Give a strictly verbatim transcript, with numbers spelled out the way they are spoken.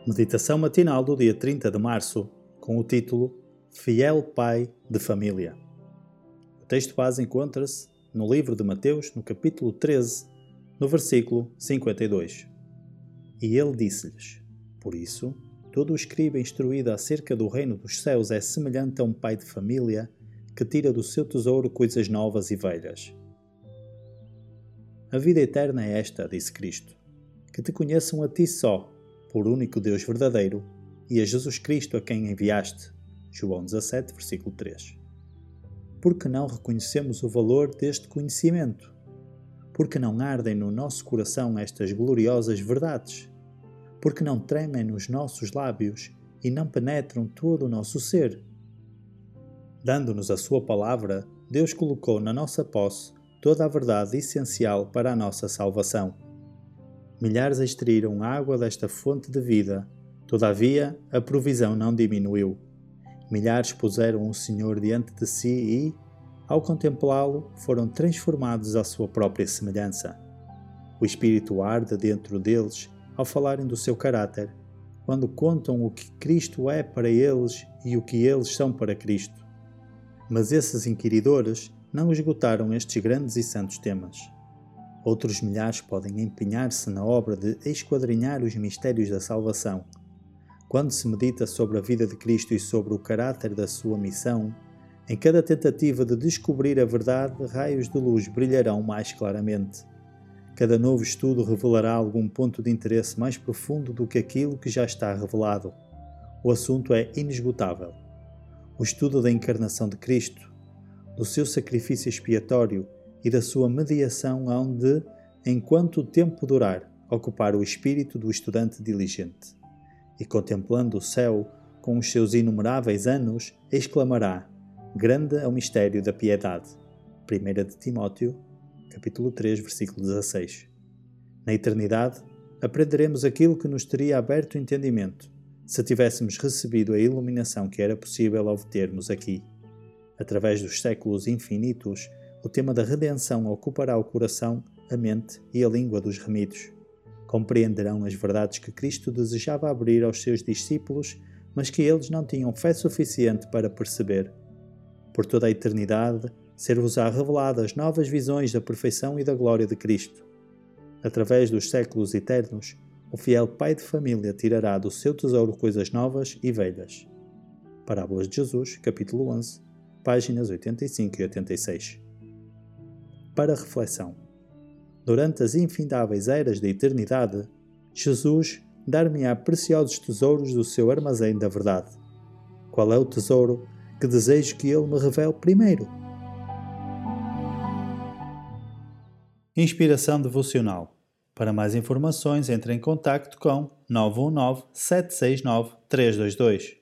Meditação matinal do dia trinta de março, com o título Fiel Pai de Família. O texto base encontra-se no livro de Mateus, no capítulo treze, no versículo cinquenta e dois. E ele disse-lhes: Por isso, todo o escriba instruído acerca do reino dos céus é semelhante a um pai de família que tira do seu tesouro coisas novas e velhas. A vida eterna é esta, disse Cristo, que te conheçam a ti só, por único Deus verdadeiro, e a Jesus Cristo a quem enviaste. João dezassete, versículo três. Por que não reconhecemos o valor deste conhecimento? Porque não ardem no nosso coração estas gloriosas verdades? Porque não tremem nos nossos lábios e não penetram todo o nosso ser? Dando-nos a sua palavra, Deus colocou na nossa posse toda a verdade essencial para a nossa salvação. Milhares extraíram água desta fonte de vida, todavia a provisão não diminuiu. Milhares puseram o Senhor diante de si e, ao contemplá-lo, foram transformados à sua própria semelhança. O Espírito arde dentro deles ao falarem do seu caráter, quando contam o que Cristo é para eles e o que eles são para Cristo. Mas esses inquiridores não esgotaram estes grandes e santos temas. Outros milhares podem empenhar-se na obra de esquadrinhar os mistérios da salvação. Quando se medita sobre a vida de Cristo e sobre o caráter da sua missão, em cada tentativa de descobrir a verdade, raios de luz brilharão mais claramente. Cada novo estudo revelará algum ponto de interesse mais profundo do que aquilo que já está revelado. O assunto é inesgotável. O estudo da encarnação de Cristo, do seu sacrifício expiatório e da sua mediação hão de, enquanto o tempo durar, ocupar o espírito do estudante diligente. E contemplando o céu, com os seus inumeráveis anos, exclamará: Grande é o mistério da piedade. primeira de Timóteo, capítulo três, versículo dezasseis. Na eternidade, aprenderemos aquilo que nos teria aberto o entendimento, se tivéssemos recebido a iluminação que era possível obtermos aqui. Através dos séculos infinitos, o tema da redenção ocupará o coração, a mente e a língua dos remidos. Compreenderão as verdades que Cristo desejava abrir aos seus discípulos, mas que eles não tinham fé suficiente para perceber. Por toda a eternidade, ser-vos-á reveladas novas visões da perfeição e da glória de Cristo. Através dos séculos eternos, o fiel pai de família tirará do seu tesouro coisas novas e velhas. Parábolas de Jesus, capítulo onze, páginas oitenta e cinco e oitenta e seis. Para reflexão. Durante as infindáveis eras da eternidade, Jesus dar-me-á preciosos tesouros do seu armazém da verdade. Qual é o tesouro que desejo que ele me revele primeiro? Inspiração devocional. Para mais informações, entre em contacto com nove um nove, sete seis nove, três dois dois.